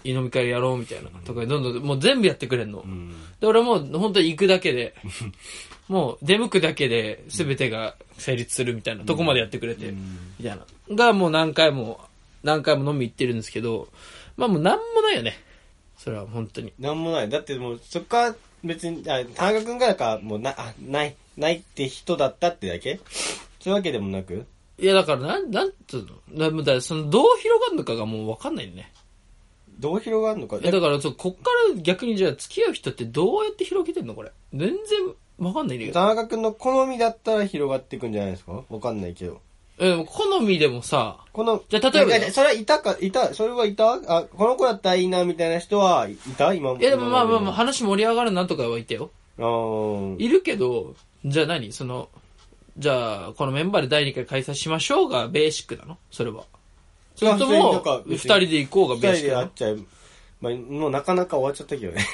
飲み会やろうみたいな。とか、どんどん、もう全部やってくれんの。うん、で、俺もう本当に行くだけで、もう出向くだけで全てが成立するみたいなとこまでやってくれて、みたいな。がもう何回も、何回も飲み行ってるんですけど、まあもうなんもないよね。それは本当に。 なんもない。だってもう、そっから別に、あ、田中くんがだからもうな、あ、ない、ないって人だったってだけ？そういうわけでもなく？ いやだからなん、なんつうの？だからその、どう広がるのかがもうわかんないね。 どう広がるのか？ いやだからそう、こっから逆にじゃあ付き合う人ってどうやって広げてんのこれ。全然わかんないんだけど。 田中くんの好みだったら広がっていくんじゃないですか？わかんないけど。 え、でも好みでもさ、 この、 じゃあ例えば、 それはいたか、いた、それはいたあ、この子だったらいいなみたいな人はいた今も。 いやでもまあまあまあ話盛り上がるなんとかはいたよ。あいるけど、じゃあ何その、じゃあ、このメンバーでだいにかい開催しましょうがベーシックなのそれは。それとも、二人で行こうがベーシックなの。二人で会っちゃう。 まあ、もうなかなか終わっちゃったけどね。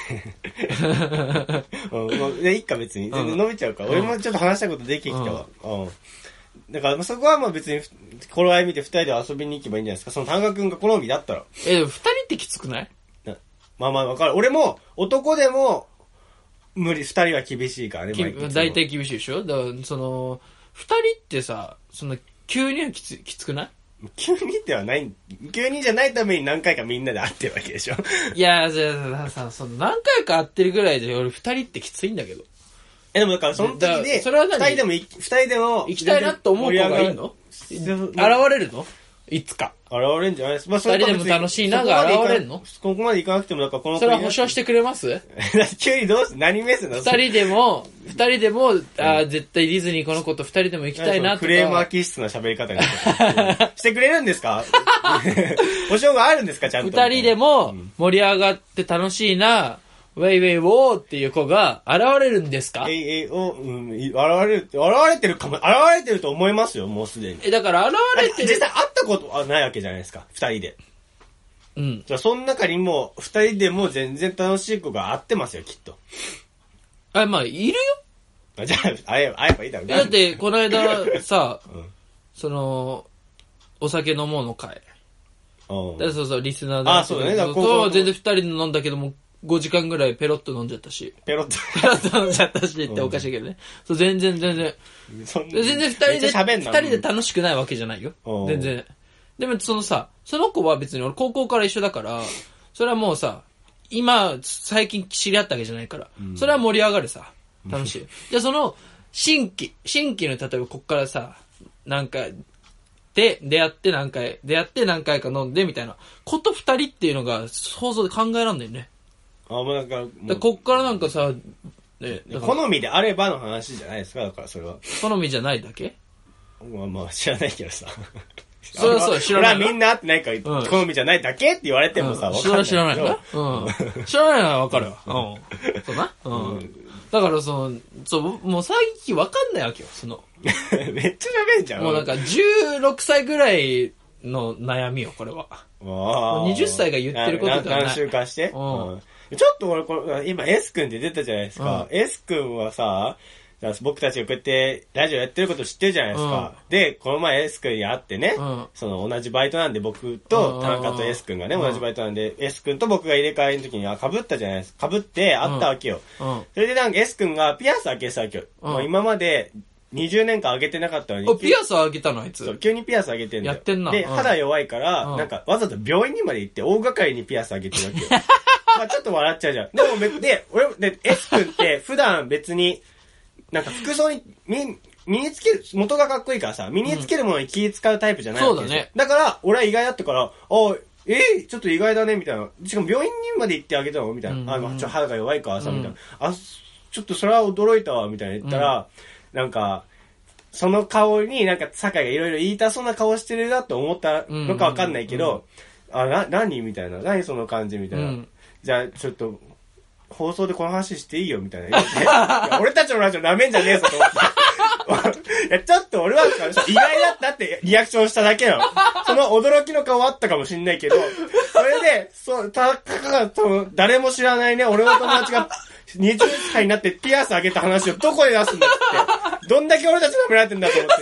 うん、まあ、で、いいか別に。全然伸びちゃうから。うん、俺もちょっと話したことできてきたわ。うん。うん、だから、そこはまあ別に、頃合い見て二人で遊びに行けばいいんじゃないですか。その田中くんが好みだったら。 え、でも二人ってきつくない？ まあまあわかる。俺も、男でも、無理、二人は厳しいからね。 大体厳しいでしょ？だから、その、二人ってさ、その、急にはきつ、きつくない？ 急にではない、急にじゃないために何回かみんなで会ってるわけでしょ？ いや、じゃあさ、その何回か会ってるぐらいで俺二人ってきついんだけど。 え、でもだからその時で、 それは何？ 二人でも、二人でも、 行きたいなと思う子がいるの？現れるの？いつか。 現れるんじゃないですか。まあ、 二人でも楽しいなが現れるの？ ここまで行かなくても、なんかこのそれは保証してくれます？ 急にどうす、何目線なの？ 二人でも、二人でも、あ絶対ディズニーこの子と二人でも行きたいなとか。 クレーマー気質な喋り方にしてくれるんですか？保証があるんですかちゃんと。 二人でも盛り上がって楽しいな、ウェイウェイウォーっていう子が現れるんですか？ えいえいお、うん、現れる、現れてるかも、現れてると思いますよ、もうすでに。 え、だから現れてる。 実際会ったことはないわけじゃないですか、二人で。うん。じゃあ、その中にも、二人でも全然楽しい子が会ってますよ、きっと。 あ、まあ、いるよ。 あじゃあ、会え、会えばいいだろうね。 だって、この間さ、うん、その、お酒飲もうの会。うん。だそうそう、リスナーで。 あ、そうだね。だから全然二人で飲んだけども、ごじかんぐらいペロッと飲んじゃったし。 ペロッと。 ペロッと飲んじゃったしっておかしいけどね。そう、全然全然。全然二人で、二人で楽しくないわけじゃないよ。全然。でもそのさ、その子は別に俺高校から一緒だから、それはもうさ、今、最近知り合ったわけじゃないから、それは盛り上がるさ。楽しい。じゃあその、新規、新規の例えばこっからさ、なんか、で、出会って何回、出会って何回か飲んでみたいな、こと二人っていうのが想像で考えらんないね。 あ、もうなんか、 だこっからなんかさ、 ね、好みであればの話じゃないですか、だからそれは。 好みじゃないだけ？ まあまあ知らないけどさ。 それはそう、知らない。 俺はみんな会ってないから、うん、好みじゃないだけって言われてもさ、 うん、わかんない。知らないな。うん。知らないのはわかるわ。うん。そうな。うん。うん、だからその、そう、もう最近わかんないわけよ、その。 めっちゃ喋んじゃん。 もうなんかじゅうろくさいぐらいの悩みよ、これは。 ああ。 はたちが言ってることではない。 何週間して。うん。ちょっと俺これ、今 S 君って出たじゃないですか。うん、S 君はさ、僕たちがこうやってラジオやってること知ってるじゃないですか。うん、で、この前 S 君に会ってね、うん、その同じバイトなんで僕と田中と S 君がね、同じバイトなんで、S 君と僕が入れ替えの時には被ったじゃないですか。被って会ったわけよ。うん、それでなんか S 君がピアス開けてたわけよ。うん、今までにじゅうねんかん開けてなかったのに。 ピアス開けたのあいつ。 そう、急にピアス開けてんだよ。 やってんな。 で、肌弱いから、うん、なんかわざと病院にまで行って大掛かりにピアス開けてるわけよ。まあちょっと笑っちゃうじゃん。でも別で、俺、で、S 君って普段別に、なんか服装に身、身につける、元がかっこいいからさ、身につけるものに気使うタイプじゃないわけですよ。そうだね。だから、俺は意外だったから、あ、えー、ちょっと意外だね、みたいな。しかも病院にまで行ってあげたのみたいな。うん、あの、ちょっと肌が弱いからさ、みたいな。あ、ちょっとそれは驚いたわ、みたいな言ったら、うん、なんか、その顔になんか、酒井がいろいろ言いたそうな顔してるなって思ったのかわかんないけど、あ、な、何みたいな。何その感じみたいな。うん、じゃあ、ちょっと、放送でこの話していいよみたいな言っていや俺たちのラジオ舐めんじゃねえぞと思って。いや、ちょっと俺は意外だったってリアクションしただけなの。その驚きの顔あったかもしんないけど、それで、そう、たかが、その、誰も知らないね、俺の友達がにじゅっさいになってピアスあげた話をどこで出すんだって、どんだけ俺たち舐められてんだと思ってね。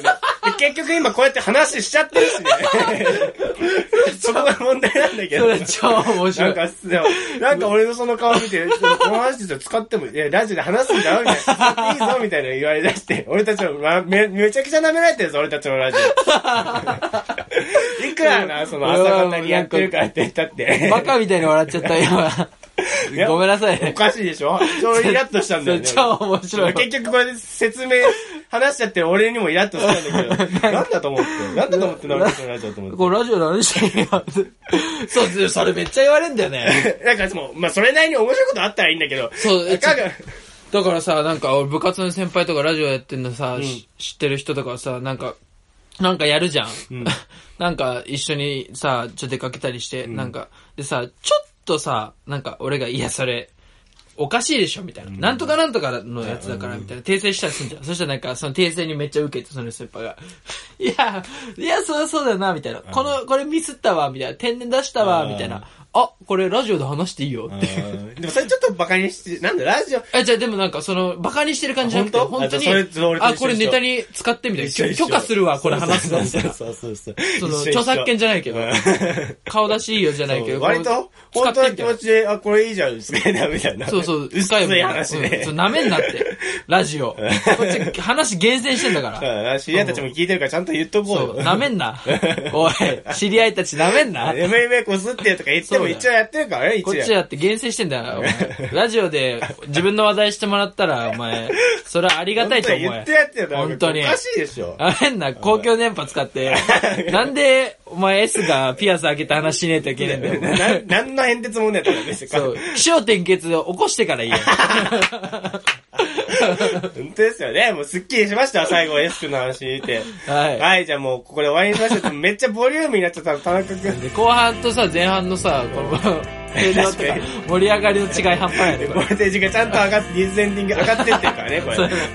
結局今こうやって話しちゃってるしね。そこが問題なんだけど。 それ超面白い。 なんか、なんか俺のその顔見て、この話で使っても、いや、ラジオで話すんだよ、みたいな。いいぞ、みたいな言われ出して、俺たちも、ま、め、めちゃくちゃ舐められてるぞ、俺たちのラジオ。いくらな、その朝方にやってるからって言ったって。 バカみたいに笑っちゃった今。ごめんなさい。 おかしいでしょ？超イラッとしたんだよね。 超面白い。 結局これで説明、話しちゃって俺にもイラッとしたんだけど、なんだと思って、なんだと思ってなんだと思って。 これラジオ何してんのそう、それめっちゃ言われんだよね。 なんかもう、まあそれなりに面白いことあったらいいんだけど、 そう、だからさ、なんか俺部活の先輩とかラジオやってんのさ、うん、知ってる人とかさ、なんか、なんかやるじゃん。うん、なんか一緒にさ、ちょっと出かけたりして、うん、なんか、でさ、ちょっとさ、なんか俺が、いやそれ、おかしいでしょみたいな、うん。なんとかなんとかのやつだから、みたいな。訂正したりするんじゃん。そしたらなんか、その訂正にめっちゃ受けて、その先輩が。いや、いや、そうそうだよな、みたいな。この、これミスったわ、みたいな。天然出したわ、みたいな。あ、これラジオで話していいよって。 でもそれちょっとバカにして、なんだラジオ。 あ、じゃあでもなんかその、バカにしてる感じじゃなくて、本当に、あ、これネタに使ってみたいな。許可するわ、これ話すのみたいな。そうそうそう。その、著作権じゃないけど、顔出しいいよじゃないけど、 割と、本当の気持ちで、あ、これいいじゃん、使えな、みたいな。 そうそう、 深い話ね。 そう、舐めんなって、ラジオ。こっち話厳選してんだから。 知り合いたちも聞いてるからちゃんと言っとこうよ。 そう、舐めんな。おい、知り合いたち舐めんな。 エムエムエー こすってとか言っても一応やってるからね、一応。 こっちだって厳選してんだよ。ラジオで自分の話題してもらったら、お前、それはありがたいと思うよ。 言ってやってよ、 本当に。 おかしいでしょ。 あ変な公共電波使って、なんで、お前 S がピアス開けた話しねえといけねえんだよ。 な、なんの変哲もねえとかですよ。 そう。気象転結を起こしてからいいよ。 本当ですよね。もうスッキリしました最後 S 君の話見て。はい。はい、じゃあもうここで終わりにしましょう。めっちゃボリューミーになっちゃったの、田中君。 で、後半とさ、前半のさ、この、盛り上がりの違い半端ないね。 ボルテージがちゃんと上がって、ディズエンディング上がってってるからね、こ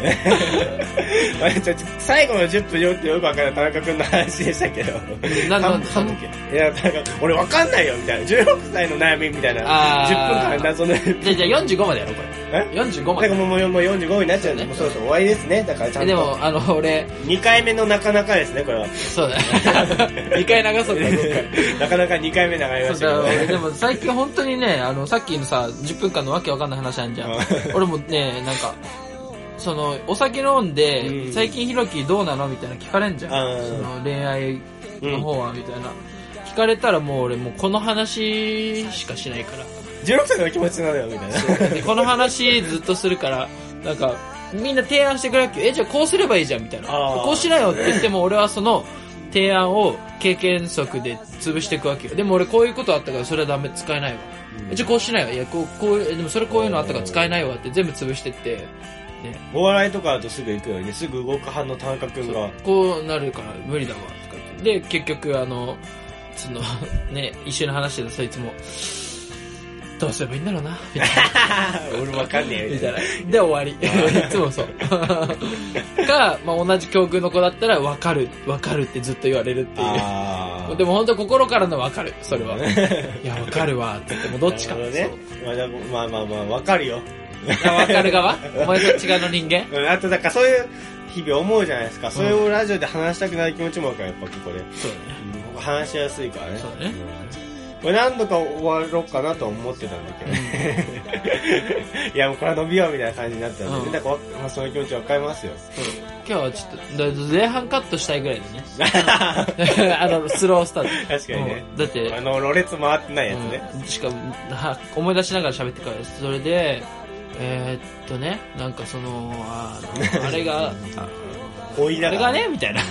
れ。最後のじゅっぷんよってよくわからない田中君の話でしたけど。 なんなんだっけいや、田中、俺わかんないよ、みたいな。じゅうろくさいの悩みみたいな。じゅっぷんかん謎の。 じゃあ、じゃあよんじゅうごまでやろう、これ。え ?よんじゅうご まで。 だからもう、もうよんじゅうごになっちゃうんで、もうそろそろ終わりですね。だからちゃんと。 でも、あの、俺。 にかいめのなかなかですね、これは。 そうだね。にかい流そうか、 なかなかにかいめ流れましたけど、ね。 でも最近本当にね、あの、さっきのさ、じゅっぷんかんのわけわかんない話あんじゃん。俺もね、なんか、その、お酒飲んで、うん、最近ひろきどうなのみたいな聞かれんじゃん。その恋愛の方は、みたいな、うん。聞かれたらもう俺もうこの話しかしないから。 じゅうろくさいの気持ちなのよ、みたいな。 でこの話ずっとするから、なんか、みんな提案してくれるけど、え、じゃあこうすればいいじゃん、みたいな。こうしなよって言っても俺はその、提案を経験則で潰していくわけよ。でも俺こういうことあったからそれはダメ、使えないわ。うん、じゃあこうしないわ。いや、こう、こう、でもそれこういうのあったから使えないわって全部潰してって、ね。 お笑いとかだとすぐ行くよね。すぐ動く派の田中くんが。 こうなるから無理だわ、とか言って。で、結局あの、その、ね、一緒に話してたそいつも、どうすればいいんだろうな、みたいな。俺わかんねえよ、 みたいな。で、終わり。いつもそう。か、まあ、同じ境遇の子だったら、わかる、わかるってずっと言われるっていう。でも本当心からのわかる、それは。いや、わかるわ、って言ってもどっちか。 ね。まあまあまあ、わかるよ。 わかる側お前と違うの人間うん、あと、だからそういう日々思うじゃないですか。それをラジオで話したくなる気持ちもわかる、やっぱここで。 そうだね。 ここ話しやすいからね。 そうね。 これ何度か終わろうかなと思ってたんだけどね。いや、もうこれは伸びようみたいな感じになったんで、うん、だから、まあ、その気持ちわかりますよ。 今日はちょっと、前半カットしたいぐらいでね。あの、スロースタート。 確かにね。 だって、 あの、ろれつ回ってないやつね。 うん、しかも、思い出しながら喋ってからです。それで、えー、っとね、なんかその、あ, あれが、 あれがね、みたいな。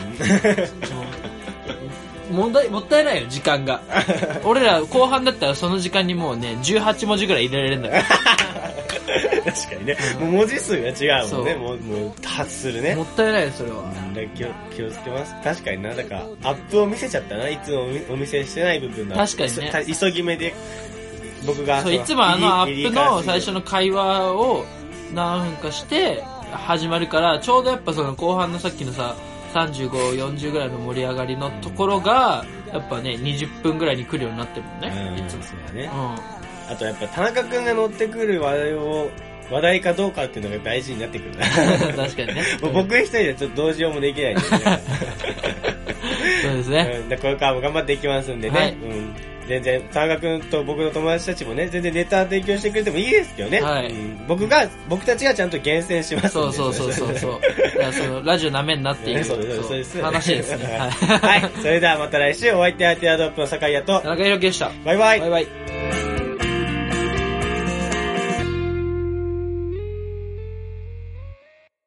問題、もったいないよ、時間が。俺ら後半だったらその時間にもうね、じゅうはちもじぐらい入れられるんだから。 確かにね。もう文字数が違うもんね。もう、もう、多発するね。 もったいないよ、それは。 気を、気をつけます。確かにな、だから、アップを見せちゃったな。いつもお見せしてない部分が。 確かにね。 急ぎ目で、僕が。 そう、いつもあのアップの最初の会話を何分かして始まるから、ちょうどやっぱその後半のさっきのさ、さんじゅうご、よんじゅうぐらいの盛り上がりのところが、やっぱね、にじゅっぷんぐらいに来るようになってるもんね。 うん、いつもそうだね。うん。あとやっぱ田中くんが乗ってくる話題を、 話題かどうかっていうのが大事になってくるな。 確かにね。 もう僕一人でちょっとどうしようもできないんでね。 そうですね。 うん、でこれからも頑張っていきますんでね。はい、うん、全然、田中くんと僕の友達たちもね、全然ネタ提供してくれてもいいですけどね。はい、うん、僕が、僕たちがちゃんと厳選しますんで。 そうそうそうそう。いや、その、ラジオなめんなっていう、ね、そうですそうです話ですね。 はい。はい。それではまた来週、お相手はティアドロップの酒井屋と、 田中裕樹でした。 バイバイ。 バイバイ。